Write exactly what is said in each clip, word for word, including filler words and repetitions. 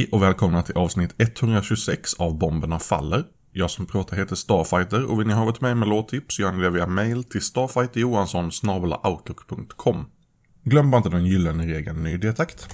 Hej och välkomna till avsnitt etthundratjugosex av Bomberna faller. Jag som pratar heter Starfighter och vill ni ha varit med med låttips gör ni det via mail till starfighterjohansson snabel-a outlook punkt com. Glöm bara inte den gyllene regeln ny detakt.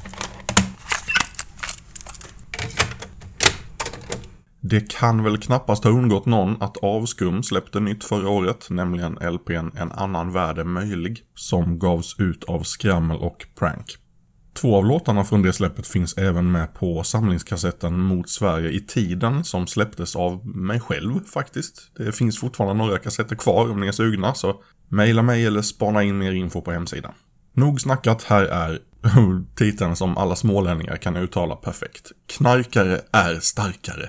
Det kan väl knappast ha undgått någon att Avskum släppte nytt förra året, nämligen L P:n En annan värld är möjlig, som gavs ut av Skrammel och Prank. Två av låtarna från det släppet finns även med på samlingskassetten Mot Sverige i tiden som släpptes av mig själv faktiskt. Det finns fortfarande några kassetter kvar om ni är sugna, så mejla mig eller spana in mer info på hemsidan. Nog snackat, här är titeln som alla smålänningar kan uttala perfekt. Knarkare är starkare.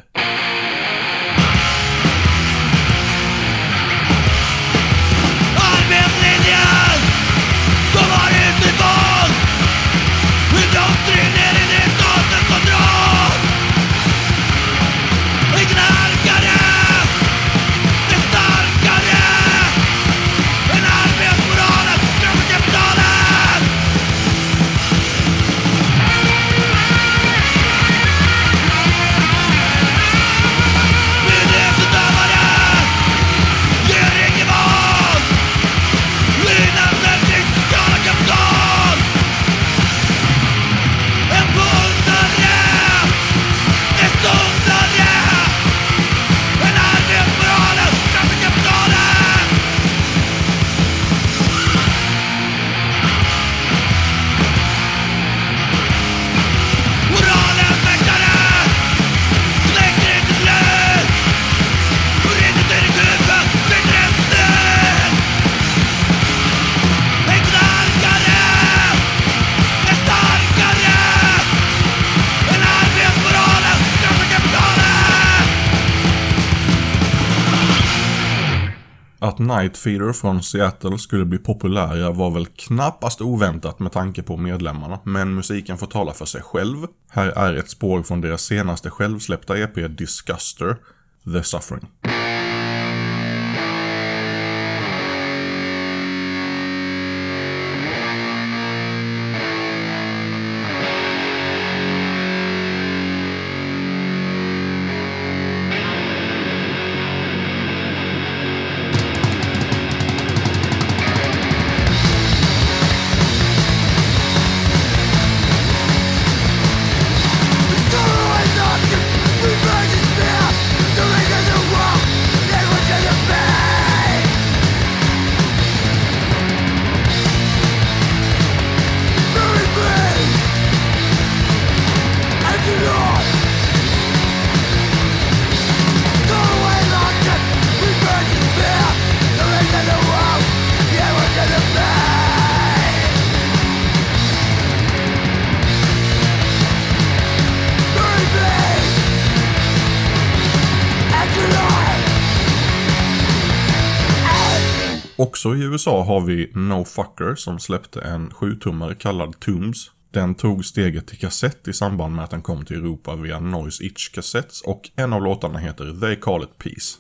Arbetslinjen! De har ut sitt val! Indoktrinering i statens kontroll! En knarkare är starkare än arbetsmoralen från kapitalet! Myndighetsutövare ger ingen val! Innan sättning sociala kapital! En bundare är sundare än arbetsmoralen från kapitalet! Moralens väktare släcker inte slut och ringer till ditt huvud sitter en snut. En knarkare är starkare än arbetsmoralen från kapitalet! Att Night Feeder från Seattle skulle bli populära var väl knappast oväntat med tanke på medlemmarna, men musiken får tala för sig själv. Här är ett spår från deras senaste självsläppta E P Disguster, The Suffering. Också i U S A har vi No Fucker som släppte en sju-tummare kallad Tombs. Den tog steget till kassett i samband med att den kom till Europa via Noise Itch Cassettes och en av låtarna heter They Call It Peace.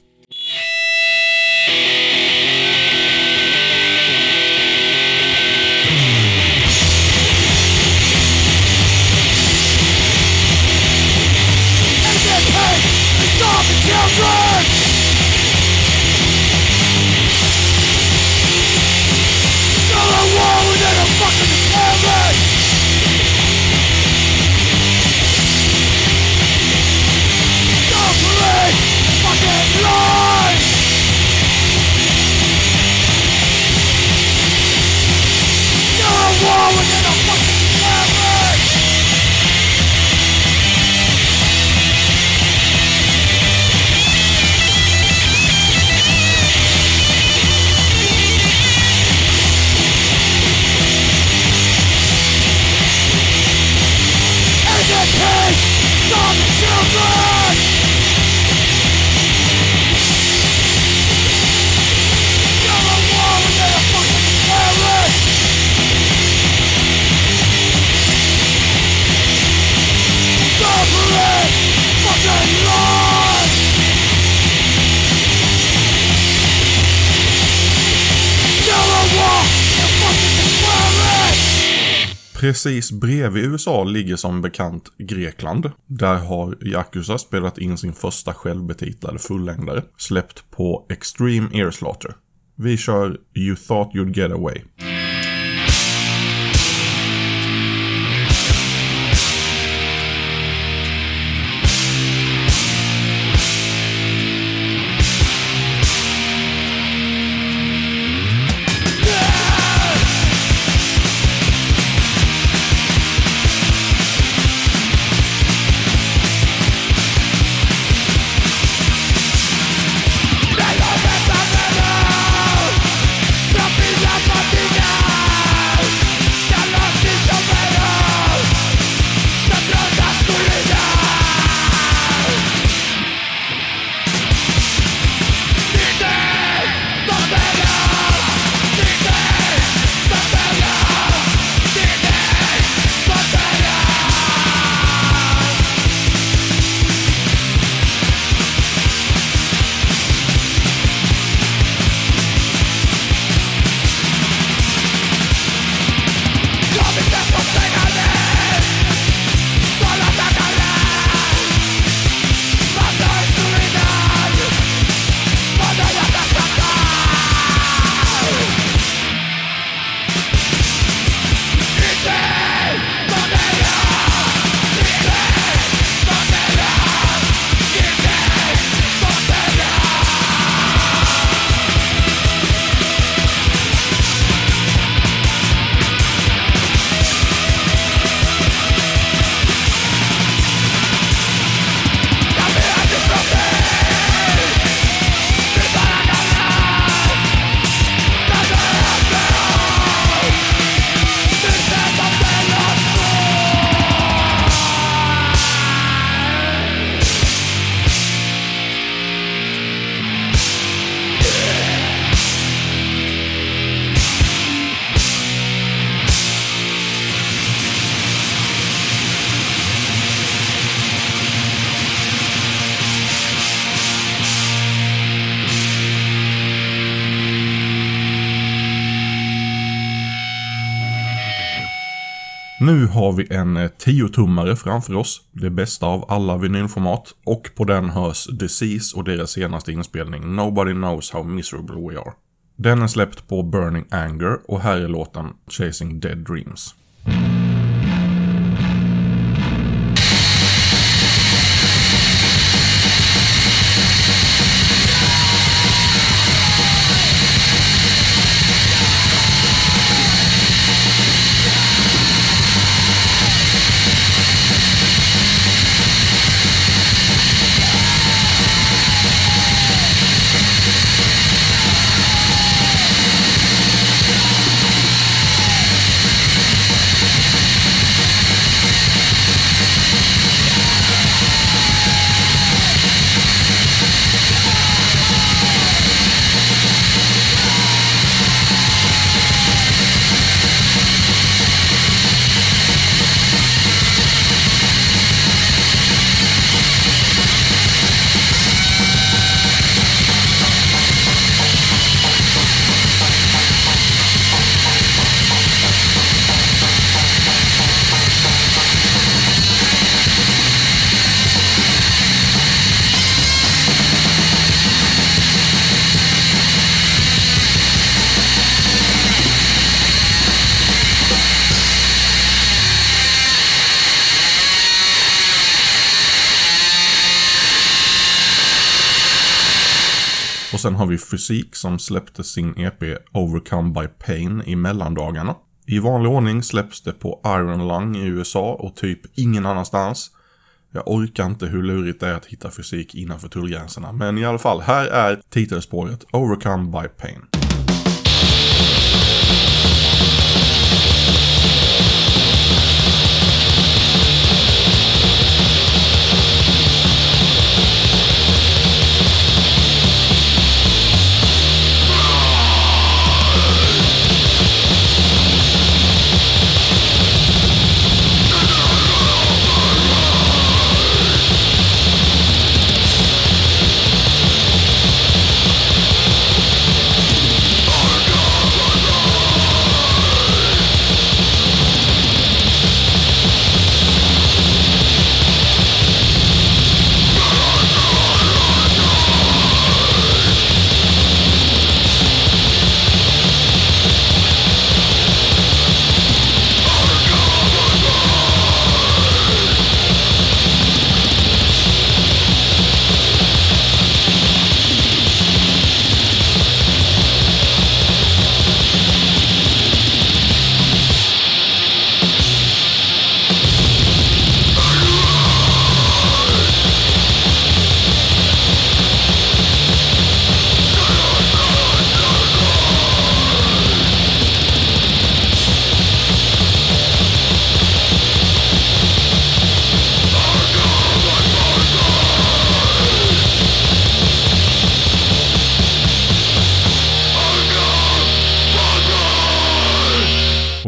Precis bredvid U S A ligger som bekant Grekland. Där har Yakuza spelat in sin första självbetitlade fullängdare, släppt på Extreme Ear Slaughter. Vi kör You Thought You'd Get Away. Nu har vi en tio-tummare framför oss, det bästa av alla vinylformat, och på den hörs Disease och deras senaste inspelning Nobody Knows How Miserable We Are. Den är släppt på Burning Anger och här är låten Chasing Dead Dreams. Och sen har vi Fysik som släppte sin E P Overcome by Pain i mellandagarna. I vanlig ordning släpps det på Iron Lung i U S A och typ ingen annanstans. Jag orkar inte hur lurigt det är att hitta Fysik innanför tullgränserna. Men i alla fall, här är titelspåret Overcome by Pain.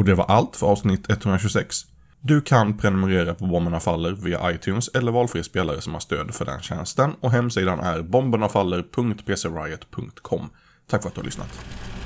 det var allt för avsnitt etthundratjugosex. Du kan prenumerera på Bomberna Faller via iTunes eller valfri spelare som har stöd för den tjänsten, och hemsidan är bombernafaller punkt p c riot punkt com. Tack för att du har lyssnat.